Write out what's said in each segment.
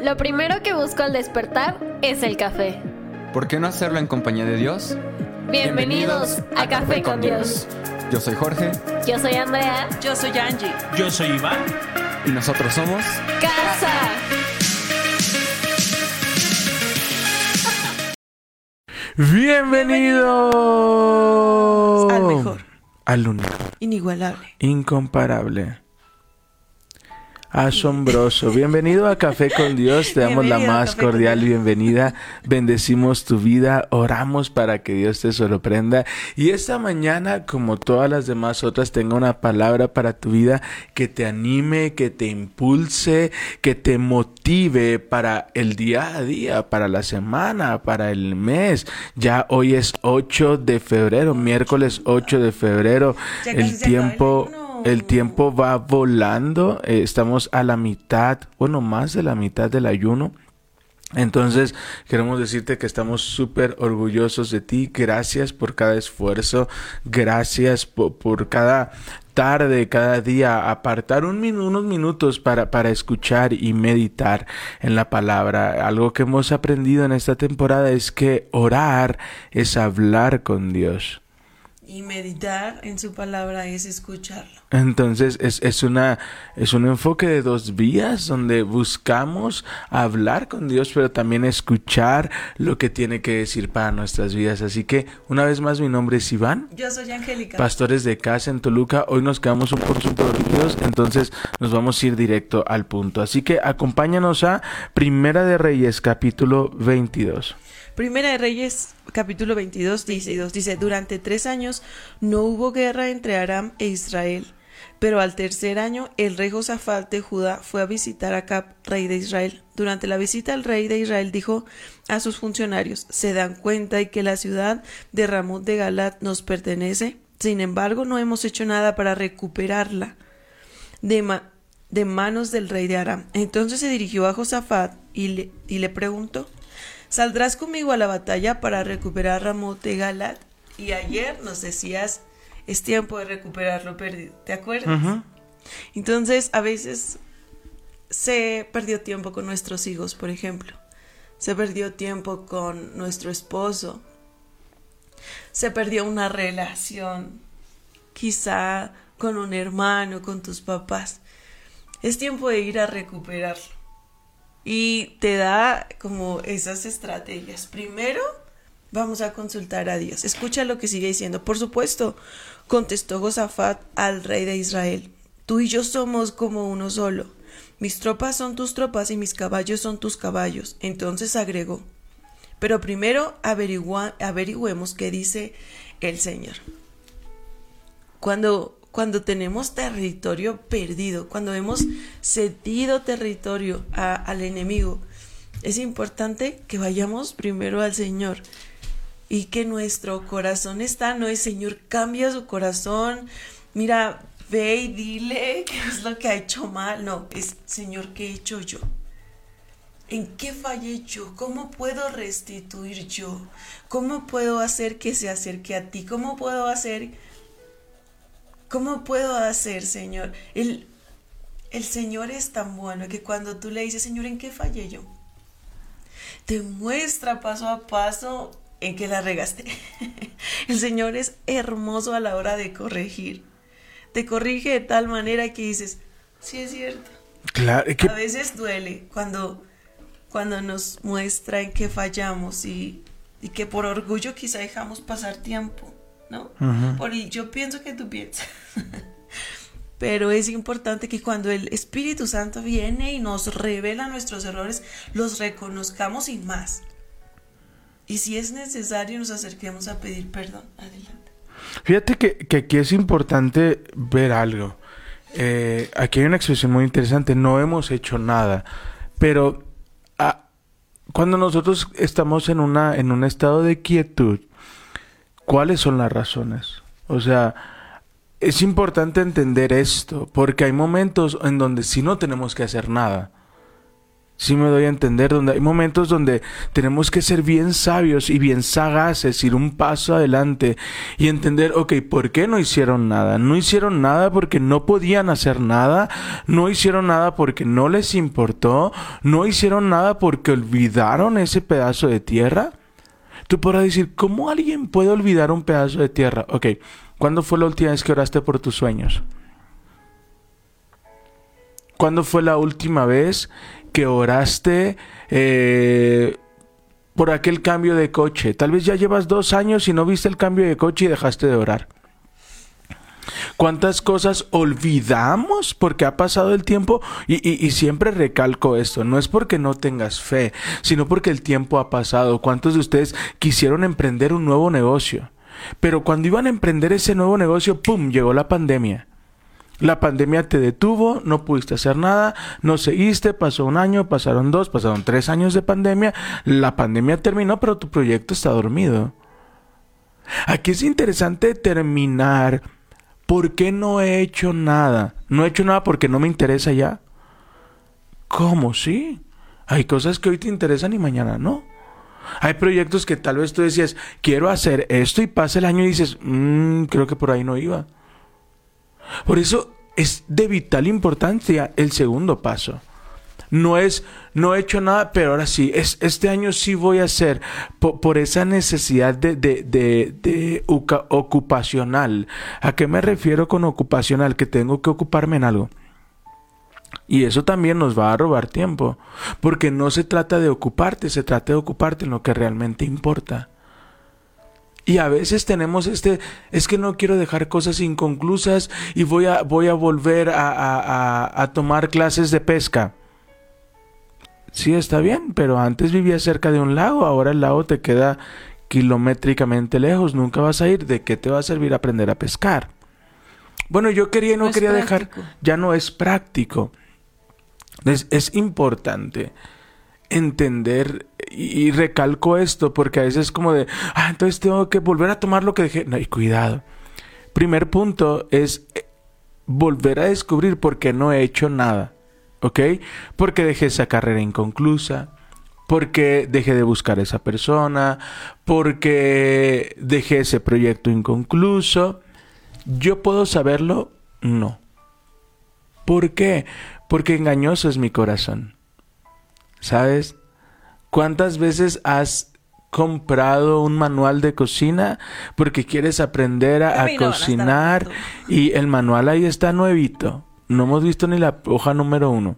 Lo primero que busco al despertar es el café. ¿Por qué no hacerlo en compañía de Dios? Bienvenidos a Café con Dios. Yo soy Jorge. Yo soy Andrea. Yo soy Angie. Yo soy Iván. Y nosotros somos... ¡Casa! Bienvenidos al mejor, al único, inigualable, incomparable, asombroso. Bienvenido a Café con Dios. Te damos la más cordial bienvenida. Bendecimos tu vida. Oramos para que Dios te sorprenda. Y esta mañana, como todas las demás otras, tenga una palabra para tu vida que te anime, que te impulse, que te motive para el día a día, para la semana, para el mes. Ya hoy es 8 de febrero, miércoles 8 de febrero. El tiempo va volando, estamos a la mitad, más de la mitad del ayuno. Entonces, queremos decirte que estamos súper orgullosos de ti. Gracias por cada esfuerzo, gracias por cada tarde, cada día, apartar unos minutos para escuchar y meditar en la palabra. Algo que hemos aprendido en esta temporada es que orar es hablar con Dios. Y meditar en su palabra es escucharlo. Entonces es un enfoque de dos vías donde buscamos hablar con Dios, pero también escuchar lo que tiene que decir para nuestras vidas. Así que una vez más, mi nombre es Iván. Yo soy Angélica. Pastores de casa en Toluca. Hoy nos quedamos un poco dormidos, entonces nos vamos a ir directo al punto. Así que acompáñanos a Primera de Reyes, capítulo 22. Primera de Reyes, capítulo 22, dice, durante 3 años no hubo guerra entre Aram e Israel, pero al tercer año el rey Josafat de Judá fue a visitar a Acab, rey de Israel. Durante la visita el rey de Israel dijo a sus funcionarios, ¿se dan cuenta de que la ciudad de Ramot de Galat nos pertenece? Sin embargo, no hemos hecho nada para recuperarla de manos del rey de Aram. Entonces se dirigió a Josafat y le preguntó, ¿saldrás conmigo a la batalla para recuperar Ramot de Galat? Y ayer nos decías, es tiempo de recuperar lo perdido, ¿te acuerdas? Uh-huh. Entonces, a veces se perdió tiempo con nuestros hijos, por ejemplo. Se perdió tiempo con nuestro esposo. Se perdió una relación, quizá con un hermano, con tus papás. Es tiempo de ir a recuperarlo. Y te da como esas estrategias. Primero, vamos a consultar a Dios. Escucha lo que sigue diciendo. Por supuesto, contestó Josafat al rey de Israel. Tú y yo somos como uno solo. Mis tropas son tus tropas y mis caballos son tus caballos. Entonces agregó. Pero primero averigüemos qué dice el Señor. Cuando tenemos territorio perdido, cuando hemos cedido territorio al enemigo, es importante que vayamos primero al Señor y que nuestro corazón no es Señor, cambia su corazón, mira, ve y dile qué es lo que ha hecho mal. No, es Señor, ¿qué he hecho yo? ¿En qué fallé yo? ¿Cómo puedo restituir yo? ¿Cómo puedo hacer que se acerque a ti? ¿Cómo puedo hacer, Señor? El Señor es tan bueno que cuando tú le dices, Señor, ¿en qué fallé yo? Te muestra paso a paso en qué la regaste. El Señor es hermoso a la hora de corregir. Te corrige de tal manera que dices, sí es cierto. Claro, a veces duele cuando nos muestra en qué fallamos y que por orgullo quizá dejamos pasar tiempo, ¿no? Uh-huh. Yo pienso que tú piensas. Pero es importante que cuando el Espíritu Santo viene y nos revela nuestros errores, los reconozcamos y más. Y si es necesario, nos acerquemos a pedir perdón. Adelante. Fíjate que aquí es importante ver algo. Aquí hay una expresión muy interesante. No hemos hecho nada. Pero cuando nosotros estamos en un estado de quietud, ¿cuáles son las razones? O sea, es importante entender esto, porque hay momentos en donde sí no tenemos que hacer nada. Sí me doy a entender, donde hay momentos donde tenemos que ser bien sabios y bien sagaces, ir un paso adelante y entender, ok, ¿por qué no hicieron nada? No hicieron nada porque no podían hacer nada, no hicieron nada porque no les importó, no hicieron nada porque olvidaron ese pedazo de tierra. Tú podrás decir, ¿cómo alguien puede olvidar un pedazo de tierra? Ok, ¿cuándo fue la última vez que oraste por tus sueños? ¿Cuándo fue la última vez que oraste por aquel cambio de coche? Tal vez ya llevas 2 años y no viste el cambio de coche y dejaste de orar. ¿Cuántas cosas olvidamos porque ha pasado el tiempo? Y siempre recalco esto, no es porque no tengas fe, sino porque el tiempo ha pasado. ¿Cuántos de ustedes quisieron emprender un nuevo negocio? Pero cuando iban a emprender ese nuevo negocio, ¡pum!, llegó la pandemia. La pandemia te detuvo, no pudiste hacer nada, no seguiste, pasó 1 año, pasaron 2, pasaron 3 años de pandemia, la pandemia terminó, pero tu proyecto está dormido. Aquí es interesante determinar por qué no he hecho nada. No he hecho nada porque no me interesa ya. ¿Cómo? Sí. Hay cosas que hoy te interesan y mañana no. Hay proyectos que tal vez tú decías, quiero hacer esto, y pasa el año y dices, creo que por ahí no iba. Por eso es de vital importancia el segundo paso. No he hecho nada, pero ahora sí, este año sí voy a hacer por esa necesidad de ocupacional. ¿A qué me refiero con ocupacional? Que tengo que ocuparme en algo. Y eso también nos va a robar tiempo, porque no se trata de ocuparte, se trata de ocuparte en lo que realmente importa. Y a veces tenemos es que no quiero dejar cosas inconclusas y voy a volver a tomar clases de pesca. Sí, está bien, pero antes vivías cerca de un lago, ahora el lago te queda kilométricamente lejos, nunca vas a ir. ¿De qué te va a servir aprender a pescar? Bueno, yo quería y no quería dejar, ya no es práctico. Entonces, es importante entender, y recalco esto porque a veces es como de, entonces tengo que volver a tomar lo que dejé. No, y cuidado. Primer punto es volver a descubrir por qué no he hecho nada, ¿ok? Porque dejé esa carrera inconclusa, porque dejé de buscar a esa persona, porque dejé ese proyecto inconcluso. ¿Yo puedo saberlo? No. ¿Por qué? Porque engañoso es mi corazón. ¿Sabes? ¿Cuántas veces has comprado un manual de cocina porque quieres aprender a cocinar y el manual ahí está nuevito? No hemos visto ni la hoja número 1.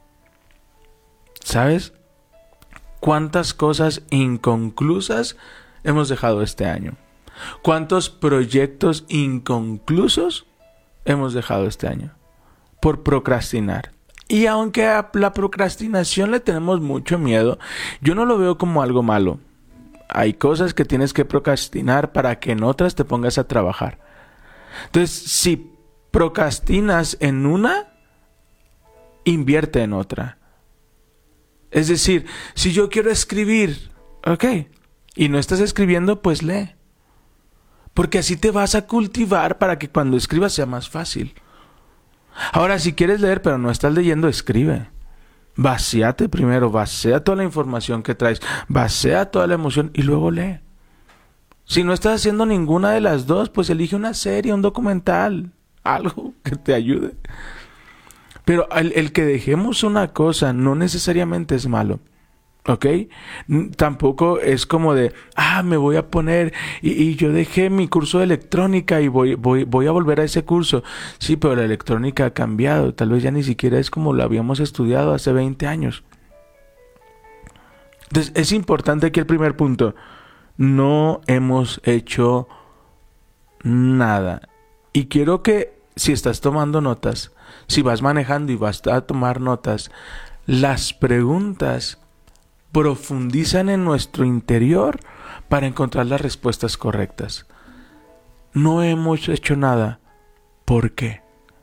¿Sabes? ¿Cuántas cosas inconclusas hemos dejado este año? ¿Cuántos proyectos inconclusos hemos dejado este año? Por procrastinar. Y aunque a la procrastinación le tenemos mucho miedo, yo no lo veo como algo malo. Hay cosas que tienes que procrastinar para que en otras te pongas a trabajar. Entonces, si procrastinas en una, invierte en otra. Es decir, si yo quiero escribir, ok, y no estás escribiendo, pues lee. Porque así te vas a cultivar para que cuando escribas sea más fácil. Ahora, si quieres leer pero no estás leyendo, escribe. Vacíate primero, vacía toda la información que traes, vacía toda la emoción y luego lee. Si no estás haciendo ninguna de las dos, pues elige una serie, un documental, algo que te ayude. Pero el que dejemos una cosa no necesariamente es malo. ¿Ok? Tampoco es como de, me voy a poner y yo dejé mi curso de electrónica y voy a volver a ese curso. Sí, pero la electrónica ha cambiado. Tal vez ya ni siquiera es como lo habíamos estudiado hace 20 años. Entonces, es importante aquí el primer punto. No hemos hecho nada. Y quiero que, si estás tomando notas, si vas manejando y vas a tomar notas, las preguntas profundizan en nuestro interior para encontrar las respuestas correctas. No hemos hecho nada. ¿Por qué?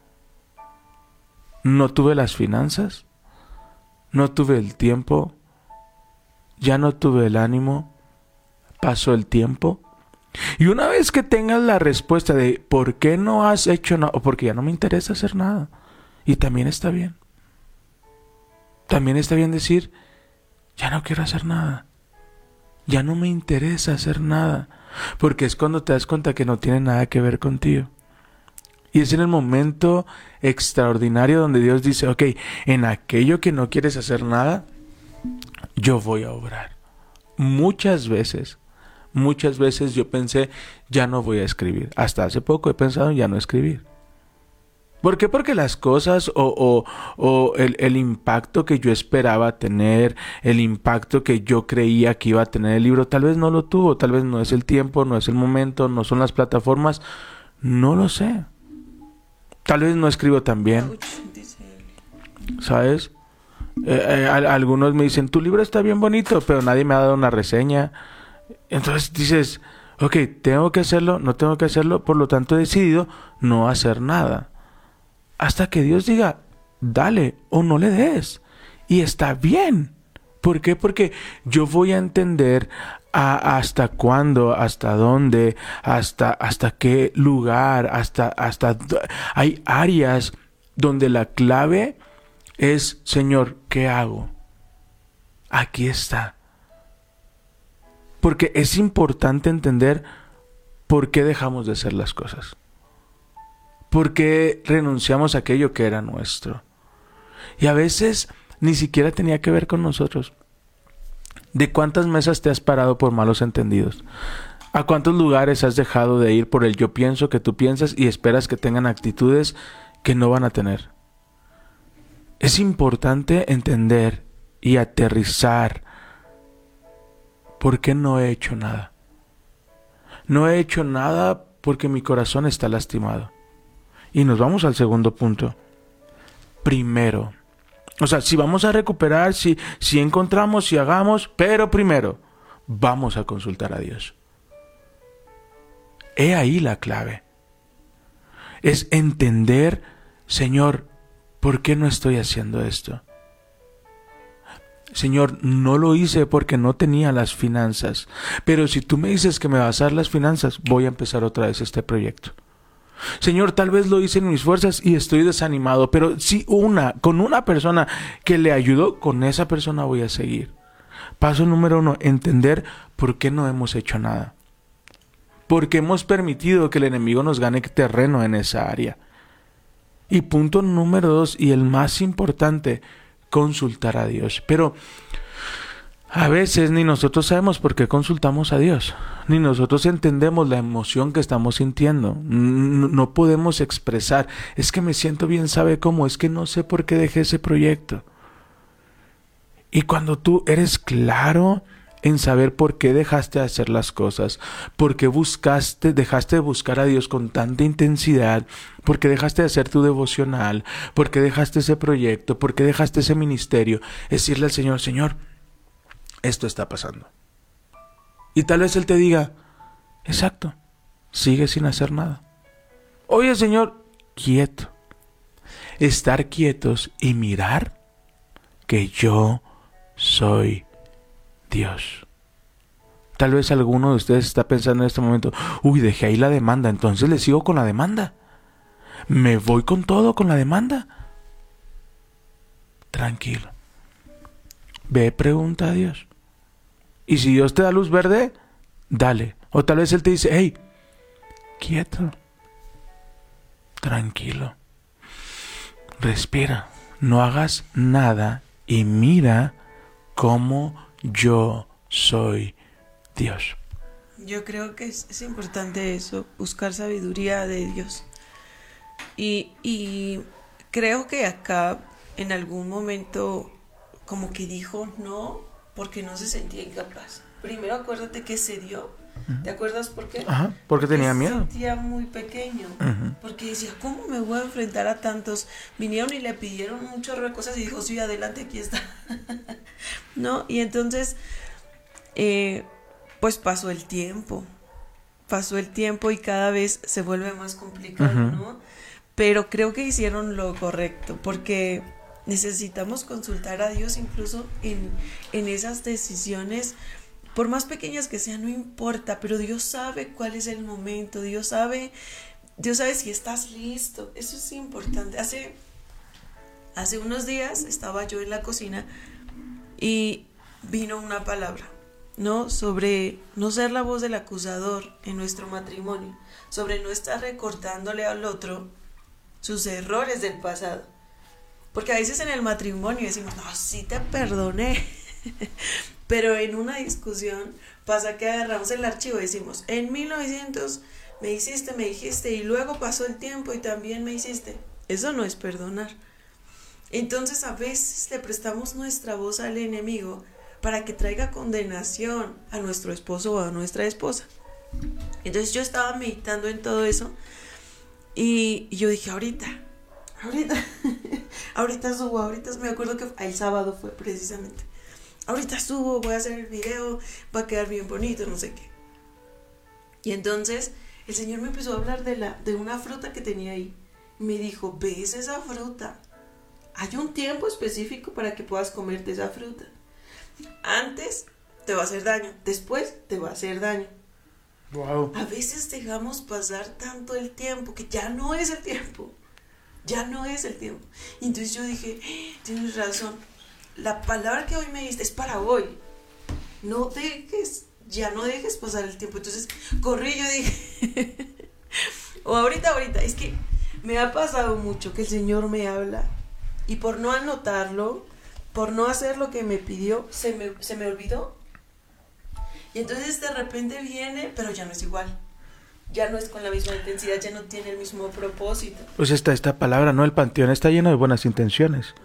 No tuve las finanzas, no tuve el tiempo, ya no tuve el ánimo, pasó el tiempo. Y una vez que tengas la respuesta de por qué no has hecho nada, o porque ya no me interesa hacer nada, y también está bien. también está bien decir, ya no quiero hacer nada. Ya no me interesa hacer nada. Porque es cuando te das cuenta que no tiene nada que ver contigo. Y es en el momento extraordinario donde Dios dice, ok, en aquello que no quieres hacer nada, yo voy a obrar. Muchas veces yo pensé, ya no voy a escribir. Hasta hace poco he pensado en ya no escribir. ¿Por qué? Porque las cosas o el impacto que yo esperaba tener, el impacto que yo creía que iba a tener el libro, tal vez no lo tuvo, tal vez no es el tiempo, no es el momento, no son las plataformas, no lo sé. Tal vez no escribo tan bien, ¿sabes? Algunos me dicen, tu libro está bien bonito, pero nadie me ha dado una reseña. Entonces dices, ok, tengo que hacerlo, no tengo que hacerlo, por lo tanto he decidido no hacer nada. Hasta que Dios diga, dale o no le des. Y está bien. ¿Por qué? Porque yo voy a entender hasta cuándo, hasta dónde, hasta qué lugar, hay áreas donde la clave es, Señor, ¿qué hago? Aquí está. Porque es importante entender por qué dejamos de hacer las cosas. ¿Por qué renunciamos a aquello que era nuestro? Y a veces ni siquiera tenía que ver con nosotros. ¿De cuántas mesas te has parado por malos entendidos? ¿A cuántos lugares has dejado de ir por el yo pienso que tú piensas y esperas que tengan actitudes que no van a tener? Es importante entender y aterrizar por qué no he hecho nada. No he hecho nada porque mi corazón está lastimado. Y nos vamos al segundo punto. Primero. O sea, si vamos a recuperar, si encontramos, si hagamos, pero primero, vamos a consultar a Dios. He ahí la clave. Es entender, Señor, ¿por qué no estoy haciendo esto? Señor, no lo hice porque no tenía las finanzas. Pero si tú me dices que me vas a dar las finanzas, voy a empezar otra vez este proyecto. Señor, tal vez lo hice en mis fuerzas y estoy desanimado, pero si con una persona que le ayudó, con esa persona voy a seguir. Paso número 1, entender por qué no hemos hecho nada. Porque hemos permitido que el enemigo nos gane terreno en esa área. Y punto número 2, y el más importante, consultar a Dios. Pero a veces ni nosotros sabemos por qué consultamos a Dios, ni nosotros entendemos la emoción que estamos sintiendo. No podemos expresar, es que me siento bien, ¿sabe cómo? Es que no sé por qué dejé ese proyecto. Y cuando tú eres claro en saber por qué dejaste de hacer las cosas, por qué dejaste de buscar a Dios con tanta intensidad, por qué dejaste de hacer tu devocional, por qué dejaste ese proyecto, por qué dejaste ese ministerio, es decirle al Señor, Señor, esto está pasando. Y tal vez Él te diga, exacto, sigue sin hacer nada. Oye, Señor, quieto. Estar quietos y mirar que yo soy Dios. Tal vez alguno de ustedes está pensando en este momento, uy, dejé ahí la demanda, entonces le sigo con la demanda. Me voy con todo con la demanda. Tranquilo. Ve, pregunta a Dios. Y si Dios te da luz verde, dale. O tal vez Él te dice, hey, quieto, tranquilo, respira, no hagas nada y mira cómo yo soy Dios. Yo creo que es importante eso, buscar sabiduría de Dios. Y creo que acá en algún momento como que dijo no, porque no se sentía incapaz. Primero acuérdate que se dio. ¿Te acuerdas por qué? Ajá, porque tenía miedo. Se sentía muy pequeño. Porque decía, ¿cómo me voy a enfrentar a tantos? Vinieron y le pidieron un chorro de cosas y dijo, sí, adelante, aquí está. ¿No? Y entonces, pues pasó el tiempo y cada vez se vuelve más complicado, ¿no? Pero creo que hicieron lo correcto, porque necesitamos consultar a Dios incluso en esas decisiones, por más pequeñas que sean, no importa, pero Dios sabe cuál es el momento, Dios sabe si estás listo. Eso es importante. Hace Hace unos días estaba yo en la cocina y vino una palabra, ¿no? Sobre no ser la voz del acusador en nuestro matrimonio, sobre no estar recordándole al otro sus errores del pasado. Porque a veces en el matrimonio decimos, no, sí te perdoné. Pero en una discusión pasa que agarramos el archivo y decimos, en 1900 me hiciste, me dijiste, y luego pasó el tiempo y también me hiciste. Eso no es perdonar. Entonces a veces le prestamos nuestra voz al enemigo para que traiga condenación a nuestro esposo o a nuestra esposa. Entonces yo estaba meditando en todo eso y yo dije, ahorita subo, me acuerdo que el sábado fue precisamente. Ahorita subo, voy a hacer el video, va a quedar bien bonito, no sé qué. Y entonces el Señor me empezó a hablar de una fruta que tenía ahí. Me dijo, ¿ves esa fruta? Hay un tiempo específico para que puedas comerte esa fruta. Antes te va a hacer daño, después te va a hacer daño. Wow. A veces dejamos pasar tanto el tiempo que ya no es el tiempo. Ya no es el tiempo. Y entonces yo dije, tienes razón. La palabra que hoy me diste es para hoy. Ya no dejes pasar el tiempo. Entonces corrí y yo dije, o ahorita, es que me ha pasado mucho que el Señor me habla y por no anotarlo, por no hacer lo que me pidió, se me olvidó. Y entonces de repente viene, pero ya no es igual. Ya no es con la misma intensidad, ya no tiene el mismo propósito. Pues esta palabra, ¿no? El panteón está lleno de buenas intenciones.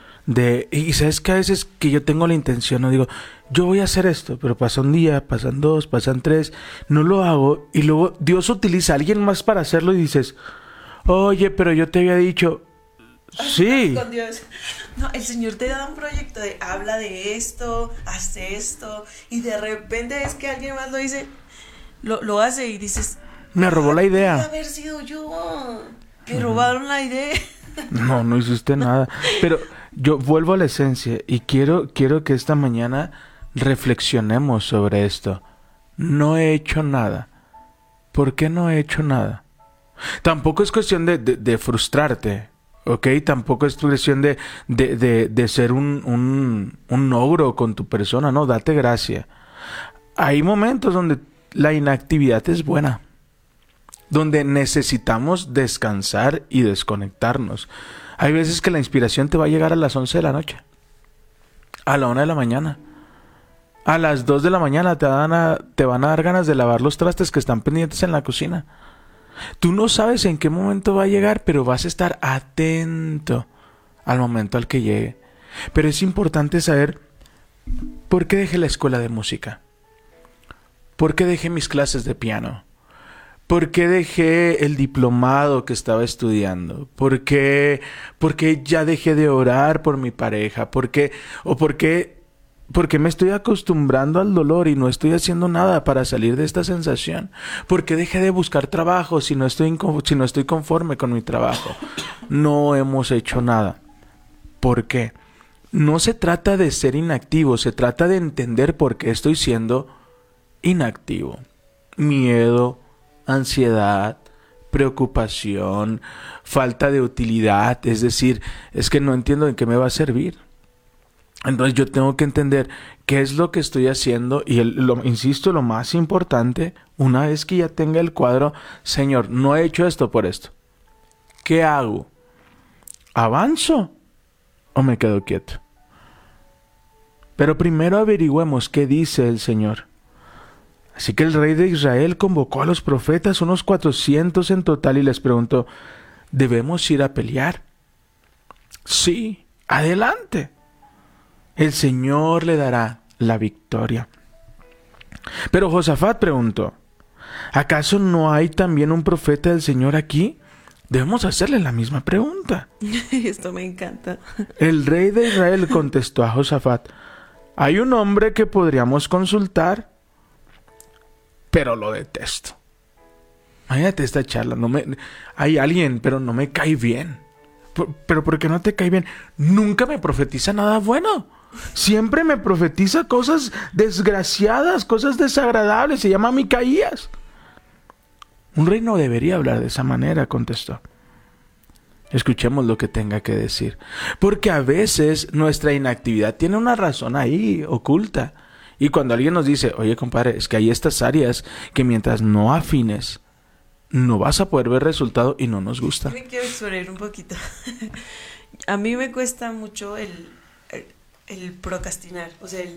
Y sabes que a veces que yo tengo la intención, no digo, yo voy a hacer esto, pero pasa un día, pasan 2, pasan 3, no lo hago, y luego Dios utiliza a alguien más para hacerlo y dices, oye, pero yo te había dicho, sí. Con Dios. No, el Señor te da un proyecto de habla de esto, haz esto, y de repente es que alguien más lo dice, lo hace y dices, me robó la idea. Puede haber sido yo. Me robaron la idea. No hiciste nada. Pero yo vuelvo a la esencia y quiero que esta mañana reflexionemos sobre esto. No he hecho nada. ¿Por qué no he hecho nada? Tampoco es cuestión de frustrarte, ¿ok? Tampoco es cuestión de ser un ogro con tu persona. No, date gracia. Hay momentos donde la inactividad es buena, donde necesitamos descansar y desconectarnos. Hay veces que la inspiración te va a llegar a las 11 de la noche, a la 1 de la mañana, a las 2 de la mañana te van a dar ganas de lavar los trastes que están pendientes en la cocina. Tú no sabes en qué momento va a llegar, pero vas a estar atento al momento al que llegue. Pero es importante saber por qué dejé la escuela de música, por qué dejé mis clases de piano, ¿por qué dejé el diplomado que estaba estudiando? ¿Por qué ya dejé de orar por mi pareja? ¿Por qué me estoy acostumbrando al dolor y no estoy haciendo nada para salir de esta sensación? ¿Por qué dejé de buscar trabajo si no estoy conforme con mi trabajo? No hemos hecho nada. ¿Por qué? No se trata de ser inactivo, se trata de entender por qué estoy siendo inactivo. Miedo, ansiedad, preocupación, falta de utilidad, es decir, es que no entiendo en qué me va a servir. Entonces yo tengo que entender qué es lo que estoy haciendo y insisto, lo más importante, una vez que ya tenga el cuadro, Señor, no he hecho esto por esto. ¿Qué hago? ¿Avanzo o me quedo quieto? Pero primero averigüemos qué dice el Señor. Así que el rey de Israel convocó a los profetas, unos 400 en total, y les preguntó, ¿debemos ir a pelear? Sí, adelante. El Señor le dará la victoria. Pero Josafat preguntó, ¿acaso no hay también un profeta del Señor aquí? Debemos hacerle la misma pregunta. Esto me encanta. El rey de Israel contestó a Josafat, hay un hombre que podríamos consultar, pero lo detesto. Imagínate esta charla. Hay alguien, pero no me cae bien. ¿Pero por qué no te cae bien? Nunca me profetiza nada bueno. Siempre me profetiza cosas desgraciadas, cosas desagradables. Se llama Micaías. Un rey no debería hablar de esa manera, contestó. Escuchemos lo que tenga que decir. Porque a veces nuestra inactividad tiene una razón ahí, oculta. Y cuando alguien nos dice, oye compadre, es que hay estas áreas que mientras no afines, no vas a poder ver resultado y no nos gusta. Me quiero exponer un poquito. A mí me cuesta mucho el procrastinar. O sea,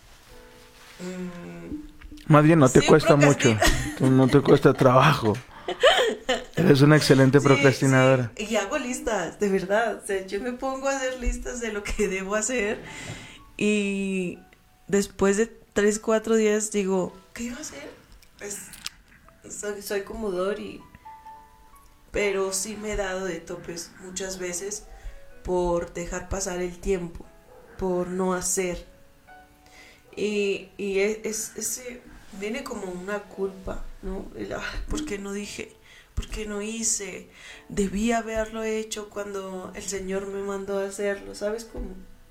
más bien no te cuesta mucho, no te cuesta trabajo. Eres una excelente procrastinadora. Sí. Y hago listas, de verdad. O sea, yo me pongo a hacer listas de lo que debo hacer y después de 3-4 días digo, ¿qué iba a hacer? Pues soy como Dory, pero sí me he dado de topes muchas veces por dejar pasar el tiempo, por no hacer. Y ese viene como una culpa, ¿no? ¿Por qué no dije? ¿Por qué no hice? Debí haberlo hecho cuando el Señor me mandó a hacerlo, ¿sabes cómo?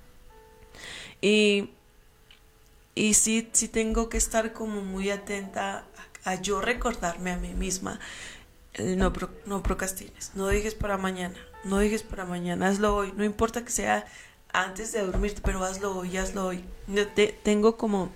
Y sí tengo que estar como muy atenta a yo recordarme a mí misma. No procrastines, no dejes para mañana, hazlo hoy, no importa que sea antes de dormirte, pero hazlo hoy. Tengo como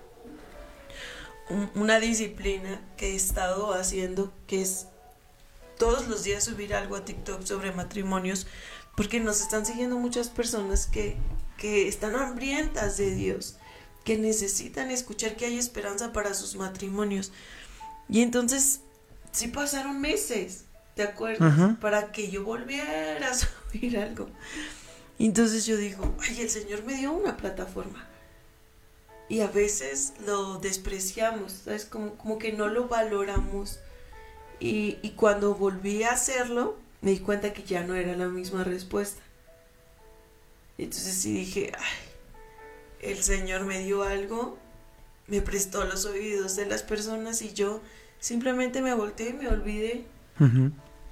una disciplina que he estado haciendo, que es todos los días subir algo a TikTok sobre matrimonios, porque nos están siguiendo muchas personas que están hambrientas de Dios, que necesitan escuchar que hay esperanza para sus matrimonios. Y entonces sí pasaron meses, ¿te acuerdas? Uh-huh. Para que yo volviera a subir algo. Y entonces yo digo, ay, el Señor me dio una plataforma. Y a veces lo despreciamos, ¿sabes? Como que no lo valoramos. Y cuando volví a hacerlo, me di cuenta que ya no era la misma respuesta. Entonces sí dije, ay, el Señor me dio algo, me prestó los oídos de las personas y yo simplemente me volteé y me olvidé. Uh-huh.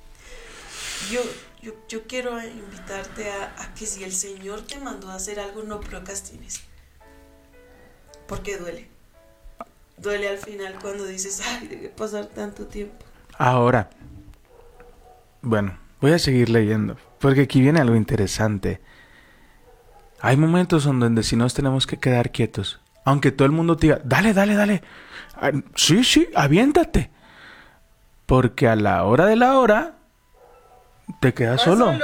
Yo quiero invitarte a que si el Señor te mandó a hacer algo, no procrastines. Porque duele. Duele al final cuando dices, ay, debe pasar tanto tiempo. Ahora, bueno, voy a seguir leyendo, porque aquí viene algo interesante. Hay momentos en donde si nos tenemos que quedar quietos, aunque todo el mundo te diga, dale, sí, aviéntate, porque a la hora de la hora te quedas solo.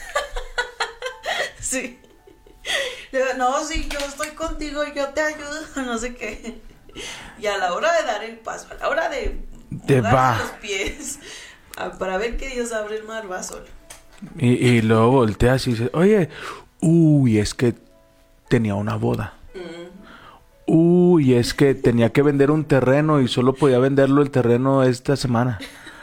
Sí. No, sí, yo estoy contigo, yo te ayudo, no sé qué. Y a la hora de dar el paso, a la hora de dar los pies, para ver que Dios abre el mar, va solo. Y luego volteas y dices, oye, es que tenía una boda. Es que tenía que vender un terreno y solo podía venderlo el terreno esta semana.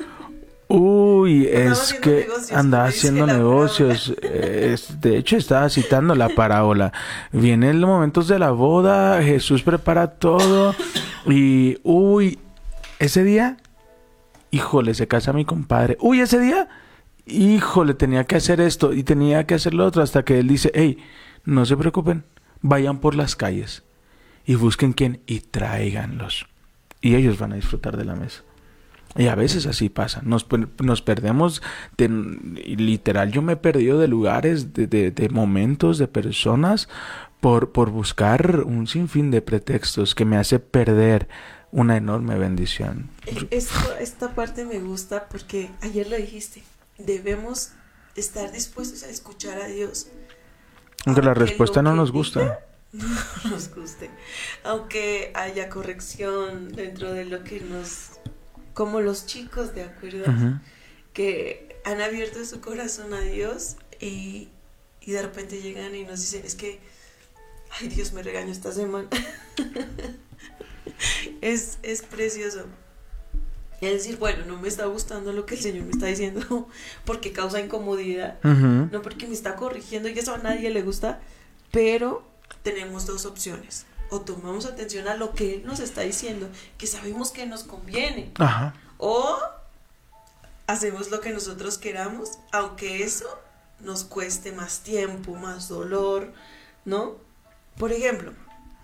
Es que andaba haciendo negocios. De hecho, estaba citando la parábola. Vienen los momentos de la boda, Jesús prepara todo. Y, ese día, híjole, se casa mi compadre. Ese día, híjole, tenía que hacer esto y tenía que hacer lo otro. Hasta que él dice, hey, no se preocupen, vayan por las calles y busquen quién y tráiganlos. Y ellos van a disfrutar de la mesa. Y a veces así pasa, nos perdemos, literal, yo me he perdido de lugares, de momentos, de personas, por buscar un sinfín de pretextos que me hace perder una enorme bendición. Esta parte me gusta porque ayer lo dijiste, debemos estar dispuestos a escuchar a Dios. Aunque la respuesta no nos gusta. No nos guste, aunque haya corrección dentro de lo que nos... Como los chicos, ¿de acuerdo? Uh-huh. Que han abierto su corazón a Dios y de repente llegan y nos dicen, es que, ay, Dios me regañó esta semana. Es precioso. Y es decir, bueno, no me está gustando lo que el Señor me está diciendo porque causa incomodidad, uh-huh. No porque me está corrigiendo y eso a nadie le gusta, pero tenemos dos opciones. O tomamos atención a lo que Él nos está diciendo, que sabemos que nos conviene. Ajá. O hacemos lo que nosotros queramos, aunque eso nos cueste más tiempo, más dolor, ¿no? Por ejemplo,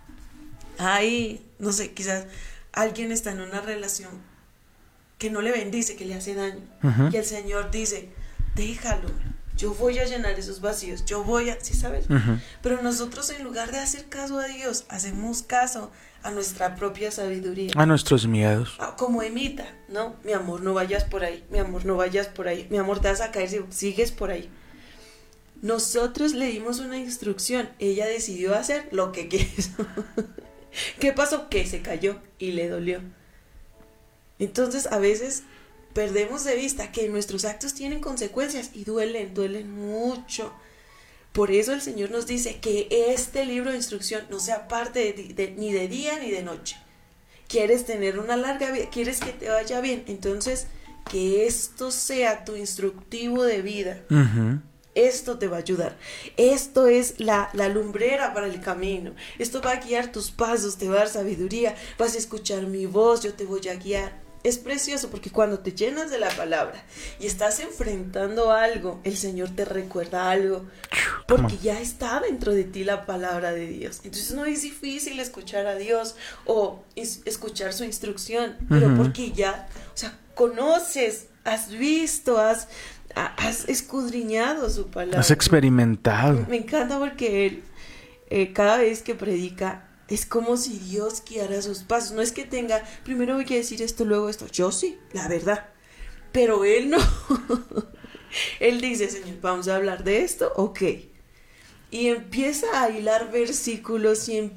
no sé, quizás alguien está en una relación que no le bendice, que le hace daño. Uh-huh. Y el Señor dice, déjalo, yo voy a llenar esos vacíos, yo voy a, ¿sí sabes? Ujú. Pero nosotros en lugar de hacer caso a Dios, hacemos caso a nuestra propia sabiduría. A nuestros miedos. Como Emita, ¿no? Mi amor, no vayas por ahí, mi amor, no vayas por ahí, mi amor, te vas a caer si sigues por ahí. Nosotros le dimos una instrucción, ella decidió hacer lo que quiso. ¿Qué pasó? Que se cayó y le dolió. Entonces a veces perdemos de vista que nuestros actos tienen consecuencias y duelen mucho. Por eso el Señor nos dice que este libro de instrucción no sea parte ni de día ni de noche. ¿Quieres tener una larga vida? ¿Quieres que te vaya bien? Entonces, que esto sea tu instructivo de vida. Ujú. Esto te va a ayudar. Esto es la lumbrera para el camino. Esto va a guiar tus pasos, te va a dar sabiduría. Vas a escuchar mi voz, yo te voy a guiar. Es precioso porque cuando te llenas de la palabra y estás enfrentando algo, el Señor te recuerda algo, porque ya está dentro de ti la palabra de Dios. Entonces no es difícil escuchar a Dios o escuchar su instrucción, pero porque ya, o sea, conoces, has visto, has escudriñado su palabra. Has experimentado. Me encanta porque él, cada vez que predica, es como si Dios guiara sus pasos. No es que tenga, primero voy a decir esto, luego esto. Yo sí, la verdad. Pero él no. Él dice, Señor, vamos a hablar de esto, ok. Y empieza a hilar versículos y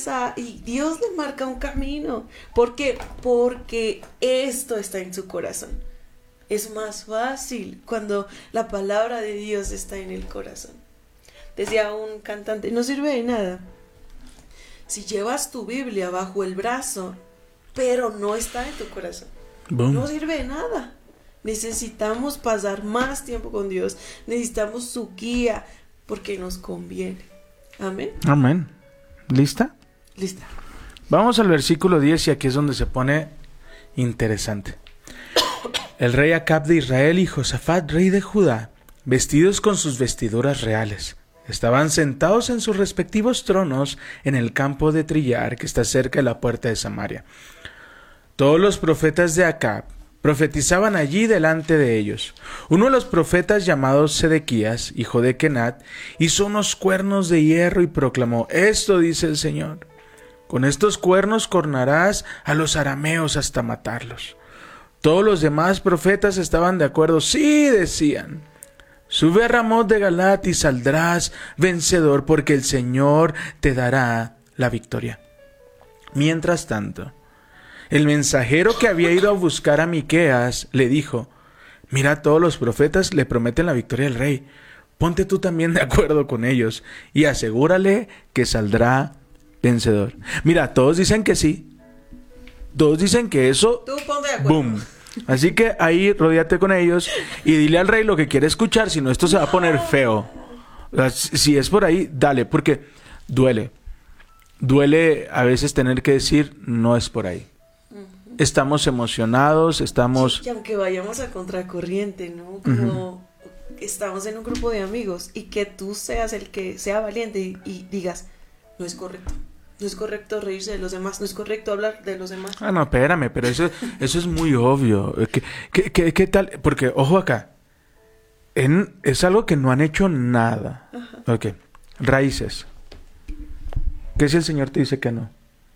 Dios le marca un camino. ¿Por qué? Porque esto está en su corazón. Es más fácil cuando la palabra de Dios está en el corazón. Decía un cantante, no sirve de nada si llevas tu Biblia bajo el brazo, pero no está en tu corazón. Boom. No sirve de nada. Necesitamos pasar más tiempo con Dios. Necesitamos su guía, porque nos conviene. Amén. Amén. ¿Lista? Lista. Vamos al versículo 10 y aquí es donde se pone interesante. El rey Acab de Israel y Josafat, rey de Judá, vestidos con sus vestiduras reales, estaban sentados en sus respectivos tronos en el campo de trillar que está cerca de la puerta de Samaria. Todos los profetas de Acab profetizaban allí delante de ellos. Uno de los profetas, llamado Sedequías, hijo de Kenat, hizo unos cuernos de hierro y proclamó: esto dice el Señor: con estos cuernos cornarás a los arameos hasta matarlos. Todos los demás profetas estaban de acuerdo. Sí, decían: sube a Ramot de Galat y saldrás vencedor, porque el Señor te dará la victoria. Mientras tanto, el mensajero que había ido a buscar a Miqueas le dijo: mira, todos los profetas le prometen la victoria al rey. Ponte tú también de acuerdo con ellos y asegúrale que saldrá vencedor. Mira, todos dicen que sí. Todos dicen que eso... Tú ponte de acuerdo. ¡Boom! Así que ahí rodéate con ellos y dile al rey lo que quiere escuchar, si no esto se va a poner feo. Si es por ahí, dale, porque duele. Duele a veces tener que decir, no es por ahí. Estamos emocionados, estamos... Y aunque vayamos a contracorriente, ¿no? Como estamos en un grupo de amigos y que tú seas el que sea valiente y digas, no es correcto. No es correcto reírse de los demás, no es correcto hablar de los demás. Ah, no, espérame, pero eso es muy obvio. ¿Qué tal? Porque, ojo acá, es algo que no han hecho nada. Ajá. Ok, raíces. ¿Qué si el Señor te dice que no?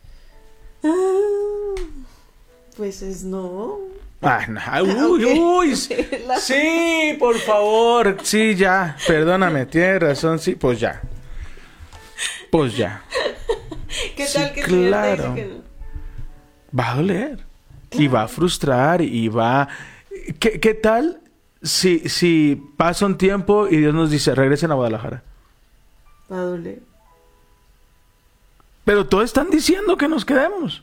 Pues es no. Ah, no. Uy. Sí, por favor. Sí, ya. Perdóname, tienes razón. Sí, pues ya. Pues ya. ¿Qué sí, tal que claro. te dice que no? Va a doler. Claro. Y va a frustrar y va... ¿Qué tal si pasa un tiempo y Dios nos dice, regresen a Guadalajara? Va a doler. Pero todos están diciendo que nos quedemos.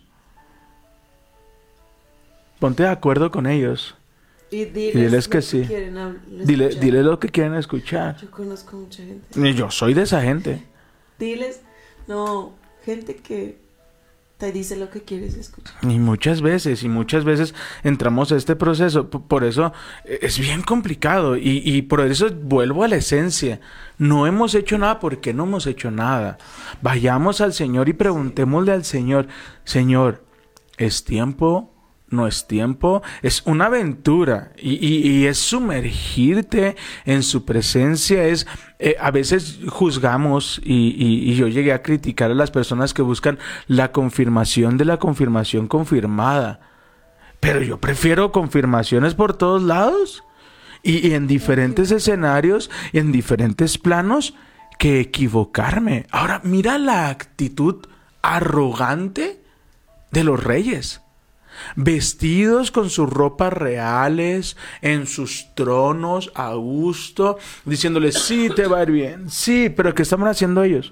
Ponte de acuerdo con ellos. Y diles que sí. Dile lo que quieren escuchar. Yo conozco mucha gente. Yo soy de esa gente. Diles, no, gente que te dice lo que quieres escuchar. Y muchas veces entramos a este proceso. Por eso es bien complicado. Y por eso vuelvo a la esencia. No hemos hecho nada porque no hemos hecho nada. Vayamos al Señor y preguntémosle al Señor: Señor, ¿es tiempo no es tiempo, es una aventura y es sumergirte en su presencia. A veces juzgamos y yo llegué a criticar a las personas que buscan la confirmación de la confirmación confirmada, pero yo prefiero confirmaciones por todos lados y en diferentes escenarios y en diferentes planos que equivocarme. Ahora mira la actitud arrogante de los reyes, vestidos con sus ropas reales, en sus tronos a gusto, diciéndoles, sí, te va a ir bien, sí, pero ¿qué estaban haciendo ellos?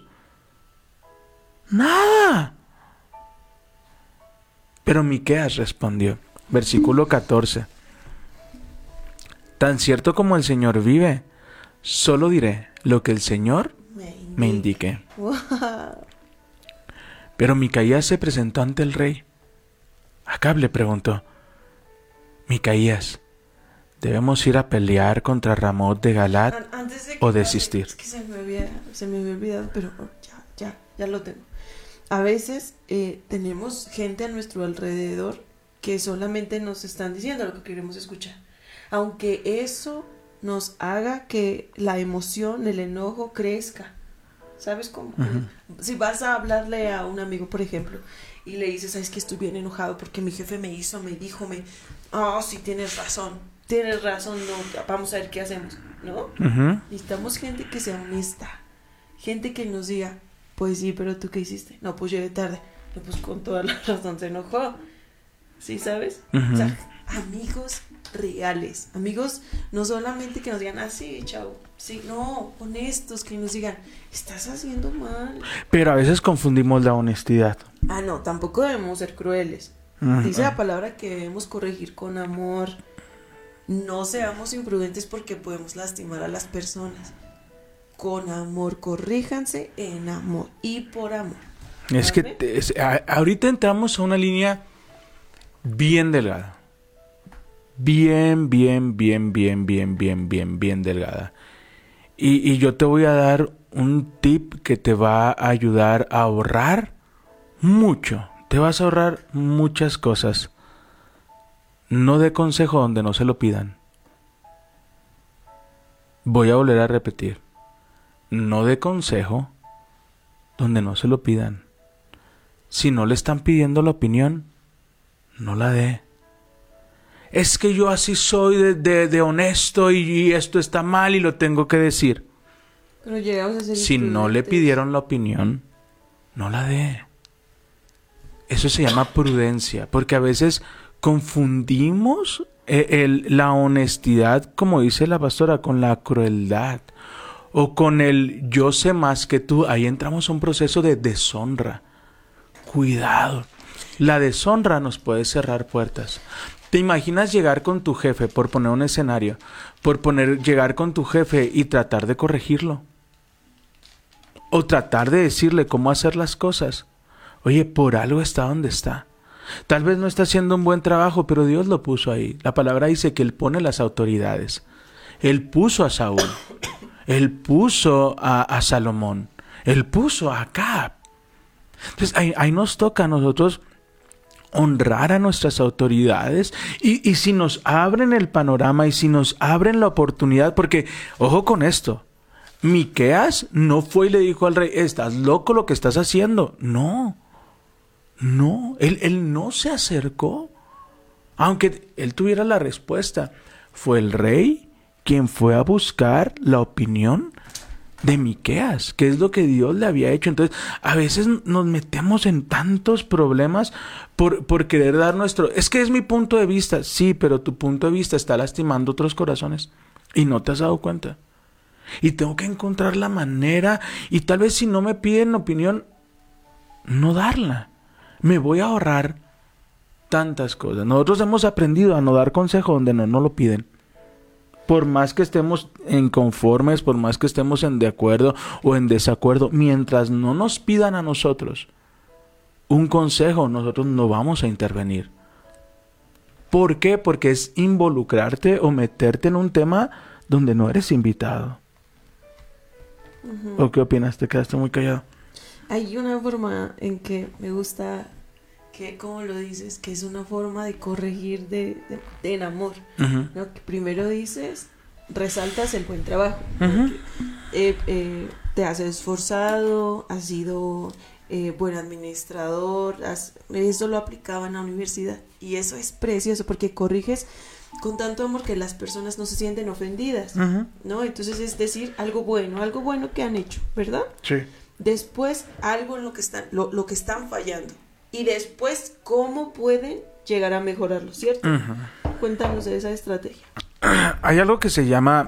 Nada. Pero Miqueas respondió, versículo 14, tan cierto como el Señor vive, solo diré lo que el Señor me indique. Wow. Pero Micaías se presentó ante el rey. Acab le preguntó, Micaías, ¿debemos ir a pelear contra Ramot de Galat o desistir? Es que se me había olvidado, pero ya lo tengo. A veces tenemos gente a nuestro alrededor que solamente nos están diciendo lo que queremos escuchar. Aunque eso nos haga que la emoción, el enojo crezca. ¿Sabes cómo? Uh-huh. Si vas a hablarle a un amigo, por ejemplo, y le dices, ¿sabes que estoy bien enojado porque mi jefe me dijo, sí, tienes razón, no, vamos a ver qué hacemos, ¿no? Uh-huh. Necesitamos gente que sea honesta, gente que nos diga, pues sí, pero ¿tú qué hiciste? No, pues llegué tarde. No, pues con toda la razón se enojó. ¿Sí sabes? Uh-huh. O sea, amigos reales, amigos no solamente que nos digan sí, chao, sí, no, honestos, que nos digan estás haciendo mal. Pero a veces confundimos la honestidad. No, tampoco debemos ser crueles. Uh-huh. Dice la palabra que debemos corregir con amor. No seamos imprudentes porque podemos lastimar a las personas. Con amor, corríjanse en amor y por amor. Es que ahorita entramos a una línea bien delgada. Bien delgada. Y yo te voy a dar un tip que te va a ayudar a ahorrar mucho. Te vas a ahorrar muchas cosas. No dé consejo donde no se lo pidan. Voy a volver a repetir. No dé consejo donde no se lo pidan. Si no le están pidiendo la opinión, no la dé. Es que yo así soy de honesto y esto está mal y lo tengo que decir. Pero llegamos a ser si no le pidieron la opinión, no la dé. Eso se llama prudencia, porque a veces confundimos la honestidad, como dice la pastora, con la crueldad o con el yo sé más que tú. Ahí entramos a un proceso de deshonra. Cuidado. La deshonra nos puede cerrar puertas. ¿Te imaginas llegar con tu jefe, por poner un escenario, llegar con tu jefe y tratar de corregirlo? O tratar de decirle cómo hacer las cosas. Oye, por algo está donde está. Tal vez no está haciendo un buen trabajo, pero Dios lo puso ahí. La palabra dice que Él pone las autoridades. Él puso a Saúl. Él puso a Salomón. Él puso a Acab. Entonces ahí nos toca a nosotros honrar a nuestras autoridades y si nos abren el panorama y si nos abren la oportunidad, porque ojo con esto, Miqueas no fue y le dijo al rey, estás loco lo que estás haciendo. No, él no se acercó, aunque él tuviera la respuesta. Fue el rey quien fue a buscar la opinión de Miqueas, que es lo que Dios le había hecho. Entonces, a veces nos metemos en tantos problemas por querer dar es que es mi punto de vista. Sí, pero tu punto de vista está lastimando otros corazones y no te has dado cuenta. Y tengo que encontrar la manera, y tal vez si no me piden opinión, no darla. Me voy a ahorrar tantas cosas. Nosotros hemos aprendido a no dar consejo donde no nos lo piden. Por más que estemos inconformes, por más que estemos en de acuerdo o en desacuerdo, mientras no nos pidan a nosotros un consejo, nosotros no vamos a intervenir. ¿Por qué? Porque es involucrarte o meterte en un tema donde no eres invitado. ¿O qué opinas? ¿Te quedaste muy callado? Hay una forma en que me gusta que, como lo dices, que es una forma de corregir en amor, Ujú. ¿no? Que primero dices, resaltas el buen trabajo, Ujú. te has esforzado, has sido buen administrador, eso lo aplicaba en la universidad y eso es precioso porque corriges con tanto amor que las personas no se sienten ofendidas, Ujú. ¿no? Entonces es decir algo bueno que han hecho, ¿verdad? Sí. Después algo en lo que están fallando y después cómo pueden llegar a mejorarlo, ¿cierto? Ujú. Cuéntanos de esa estrategia. Hay algo que se llama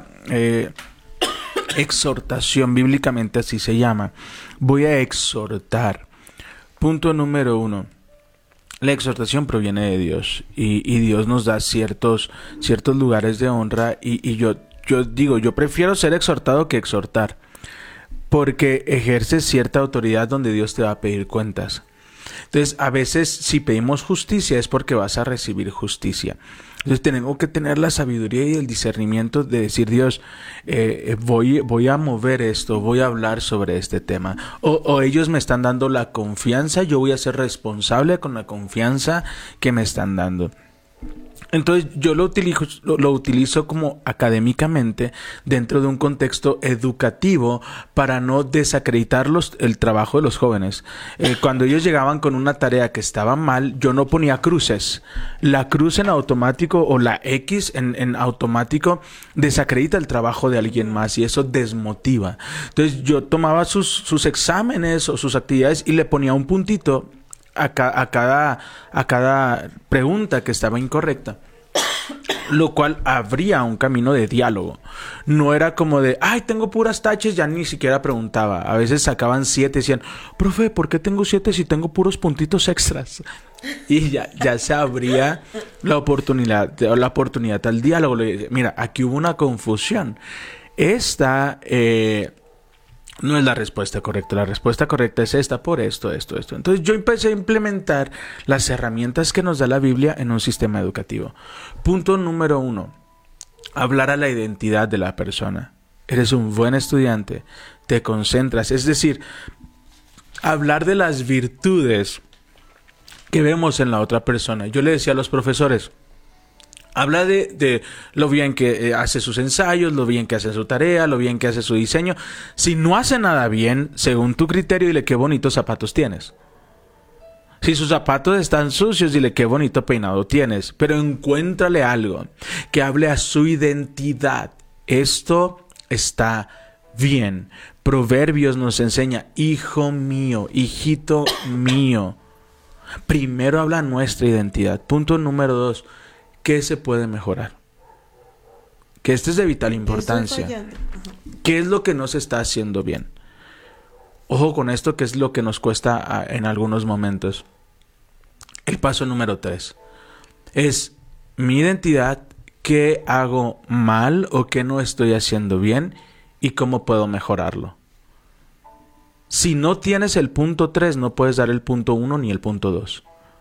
exhortación, bíblicamente así se llama. Voy a exhortar. Punto número 1. La exhortación proviene de Dios y Dios nos da ciertos lugares de honra y yo digo, yo prefiero ser exhortado que exhortar porque ejerces cierta autoridad donde Dios te va a pedir cuentas. Entonces, a veces si pedimos justicia es porque vas a recibir justicia. Entonces tenemos que tener la sabiduría y el discernimiento de decir, Dios, voy a mover esto, voy a hablar sobre este tema. O ellos me están dando la confianza, yo voy a ser responsable con la confianza que me están dando. Entonces yo lo utilizo como académicamente dentro de un contexto educativo para no desacreditar el trabajo de los jóvenes. Cuando ellos llegaban con una tarea que estaba mal, yo no ponía cruces. La cruz en automático o la X en automático desacredita el trabajo de alguien más y eso desmotiva. Entonces yo tomaba sus exámenes o sus actividades y le ponía un puntito a cada pregunta que estaba incorrecta, lo cual abría un camino de diálogo. No era como de, ay, tengo puras taches, ya ni siquiera preguntaba. A veces sacaban 7 y decían, profe, ¿por qué tengo 7 si tengo puros puntitos extras? Y ya se abría la oportunidad al diálogo. Le dije, mira, aquí hubo una confusión. Esta no es la respuesta correcta. La respuesta correcta es esta por esto. Entonces yo empecé a implementar las herramientas que nos da la Biblia en un sistema educativo. Punto número 1. Hablar a la identidad de la persona. Eres un buen estudiante. Te concentras. Es decir, hablar de las virtudes que vemos en la otra persona. Yo le decía a los profesores, habla de lo bien que hace sus ensayos, lo bien que hace su tarea, lo bien que hace su diseño. Si no hace nada bien, según tu criterio, dile qué bonitos zapatos tienes. Si sus zapatos están sucios, dile qué bonito peinado tienes. Pero encuéntrale algo que hable a su identidad. Esto está bien. Proverbios nos enseña, hijo mío, hijito mío. Primero habla nuestra identidad. Punto número 2. ¿Qué se puede mejorar? Que este es de vital importancia. ¿Qué es lo que no se está haciendo bien? Ojo con esto, que es lo que nos cuesta en algunos momentos. El paso número 3 es mi identidad, qué hago mal o qué no estoy haciendo bien y cómo puedo mejorarlo. Si no tienes el punto 3, no puedes dar el punto 1 ni el punto 2.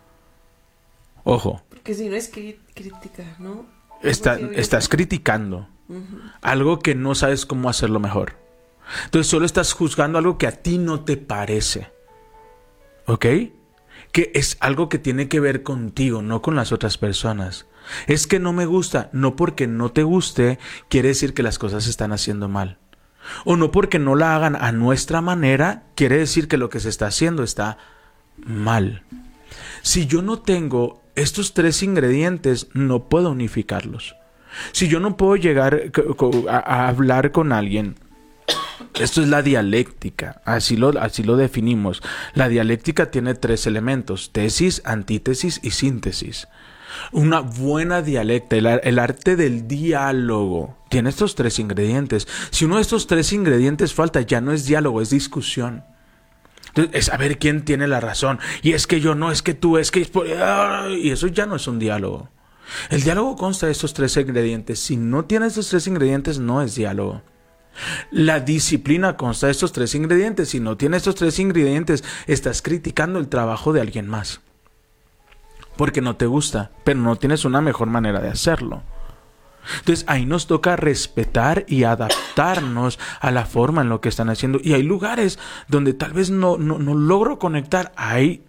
Ojo. Porque si no es crítica, ¿no? Estás criticando algo que no sabes cómo hacerlo mejor. Entonces solo estás juzgando algo que a ti no te parece. ¿Ok? Que es algo que tiene que ver contigo, no con las otras personas. Es que no me gusta. No porque no te guste quiere decir que las cosas se están haciendo mal. O no porque no la hagan a nuestra manera quiere decir que lo que se está haciendo está mal. Si yo no tengo estos 3 ingredientes, no puedo unificarlos. Si yo no puedo llegar a hablar con alguien, esto es la dialéctica, así lo definimos. La dialéctica tiene 3 elementos: tesis, antítesis y síntesis. Una buena dialecta, el arte del diálogo, tiene estos 3 ingredientes. Si uno de estos 3 ingredientes falta, ya no es diálogo, es discusión. Entonces, es saber quién tiene la razón. Y es que yo no, es que tú, es que... Y eso ya no es un diálogo. El diálogo consta de estos 3 ingredientes. Si no tiene estos 3 ingredientes, no es diálogo. La disciplina consta de estos 3 ingredientes. Si no tiene estos 3 ingredientes, estás criticando el trabajo de alguien más. Porque no te gusta, pero no tienes una mejor manera de hacerlo. Entonces ahí nos toca respetar y adaptarnos a la forma en lo que están haciendo. Y hay lugares donde tal vez no logro conectar. Hay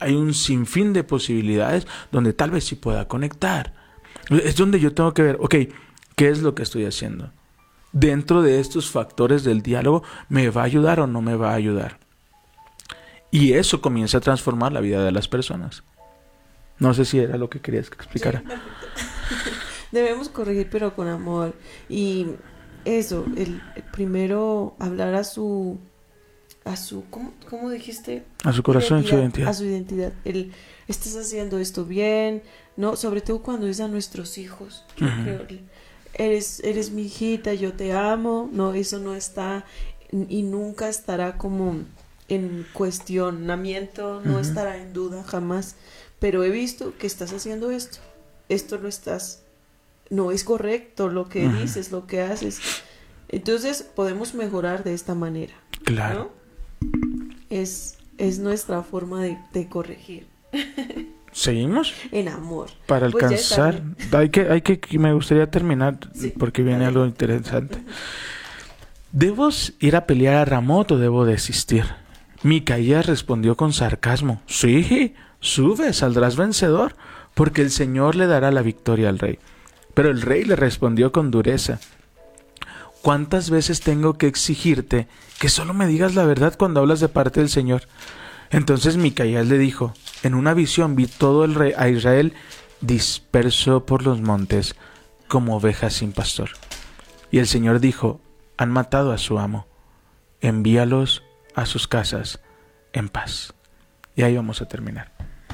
hay un sinfín de posibilidades donde tal vez sí pueda conectar. Es donde yo tengo que ver, ok, ¿qué es lo que estoy haciendo? Dentro de estos factores del diálogo, ¿me va a ayudar o no me va a ayudar? Y eso comienza a transformar la vida de las personas. No sé si era lo que querías que explicara. Sí, debemos corregir, pero con amor. Y eso, el primero hablar a su ¿cómo dijiste? A su corazón y su identidad. A su identidad. Estás haciendo esto bien, ¿no? Sobre todo cuando es a nuestros hijos. Yo creo, eres mi hijita, yo te amo. No, eso no está y nunca estará como en cuestionamiento, no estará en duda jamás. Pero he visto que estás haciendo esto. Esto no es correcto lo que dices, lo que haces. Entonces podemos mejorar de esta manera. Claro. ¿No? Es nuestra forma de corregir. ¿Seguimos? En amor. Para Pues alcanzar. Me gustaría terminar porque viene algo interesante. ¿Debo ir a pelear a Ramot o debo desistir? Micaías respondió con sarcasmo. Sí, sube, saldrás vencedor, porque el Señor le dará la victoria al rey. Pero el rey le respondió con dureza. ¿Cuántas veces tengo que exigirte que solo me digas la verdad cuando hablas de parte del Señor? Entonces Micaías le dijo, en una visión vi todo a Israel disperso por los montes como ovejas sin pastor. Y el Señor dijo, han matado a su amo, envíalos a sus casas en paz. Y ahí vamos a terminar.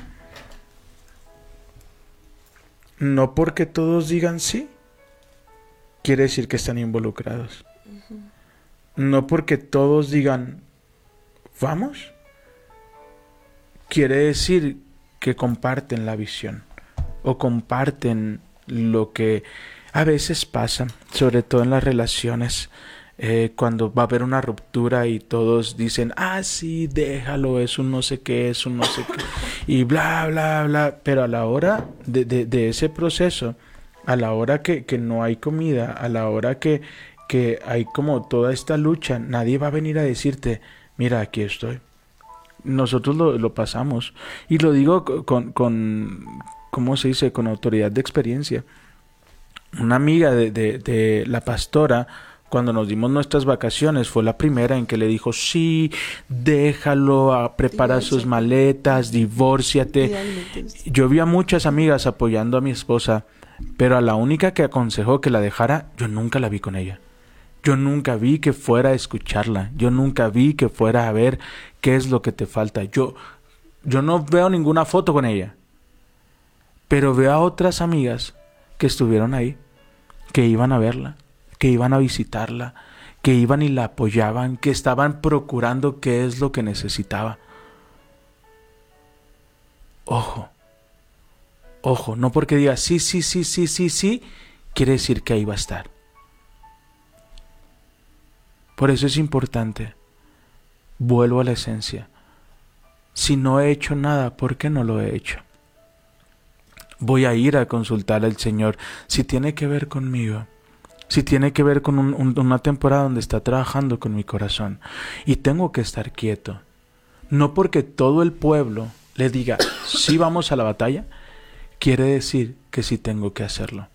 No porque todos digan sí, quiere decir que están involucrados. No porque todos digan vamos, quiere decir que comparten la visión o comparten lo que a veces pasa, sobre todo en las relaciones, cuando va a haber una ruptura y todos dicen, sí, déjalo, es un no sé qué, es un no sé qué, y bla, bla, bla, pero a la hora de ese proceso, a la hora que no hay comida, a la hora que hay como toda esta lucha, nadie va a venir a decirte, mira, aquí estoy. Nosotros lo pasamos. Y lo digo con ¿cómo se dice? Con autoridad de experiencia. Una amiga de la pastora, cuando nos dimos nuestras vacaciones, fue la primera en que le dijo, sí, déjalo, prepara sus maletas, divórciate. Yo vi a muchas amigas apoyando a mi esposa, pero a la única que aconsejó que la dejara, yo nunca la vi con ella. Yo nunca vi que fuera a escucharla. Yo nunca vi que fuera a ver qué es lo que te falta. Yo no veo ninguna foto con ella. Pero veo a otras amigas que estuvieron ahí, que iban a verla, que iban a visitarla, que iban y la apoyaban, que estaban procurando qué es lo que necesitaba. Ojo, no porque diga sí, quiere decir que ahí va a estar. Por eso es importante, vuelvo a la esencia. Si no he hecho nada, ¿por qué no lo he hecho? Voy a ir a consultar al Señor. Si tiene que ver conmigo, si tiene que ver con una temporada donde está trabajando con mi corazón, y tengo que estar quieto. No porque todo el pueblo le diga, sí vamos a la batalla, quiere decir que sí tengo que hacerlo.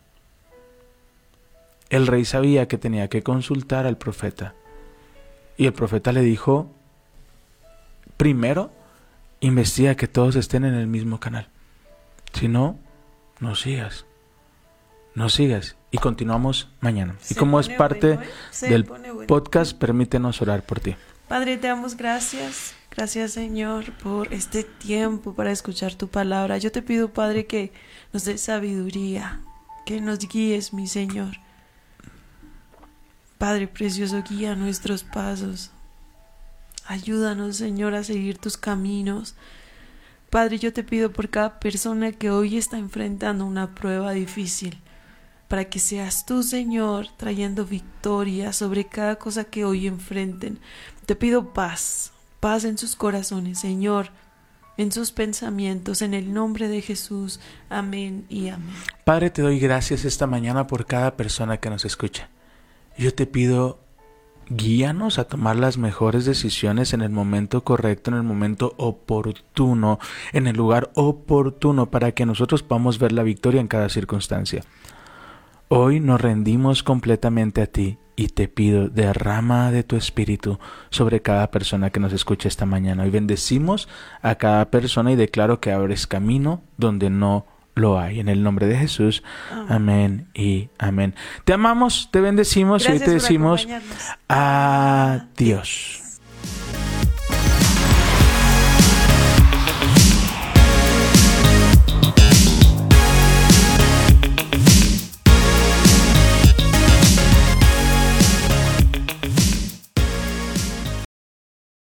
El rey sabía que tenía que consultar al profeta. Y el profeta le dijo, primero, investiga que todos estén en el mismo canal. Si no, no sigas. Y continuamos mañana. Y como es parte del podcast, permítenos orar por ti. Padre, te damos gracias. Gracias, Señor, por este tiempo para escuchar tu palabra. Yo te pido, Padre, que nos des sabiduría, que nos guíes, mi Señor. Padre precioso, guía nuestros pasos. Ayúdanos, Señor, a seguir tus caminos. Padre, yo te pido por cada persona que hoy está enfrentando una prueba difícil, para que seas tú, Señor, trayendo victoria sobre cada cosa que hoy enfrenten. Te pido paz en sus corazones, Señor, en sus pensamientos, en el nombre de Jesús. Amén y amén. Padre, te doy gracias esta mañana por cada persona que nos escucha. Yo te pido guíanos a tomar las mejores decisiones en el momento correcto, en el momento oportuno, en el lugar oportuno, para que nosotros podamos ver la victoria en cada circunstancia. Hoy nos rendimos completamente a ti y te pido, derrama de tu espíritu sobre cada persona que nos escucha esta mañana. Hoy bendecimos a cada persona y declaro que abres camino donde no lo hay. En el nombre de Jesús, amén y amén. Te amamos, te bendecimos. Gracias. Y hoy te decimos adiós.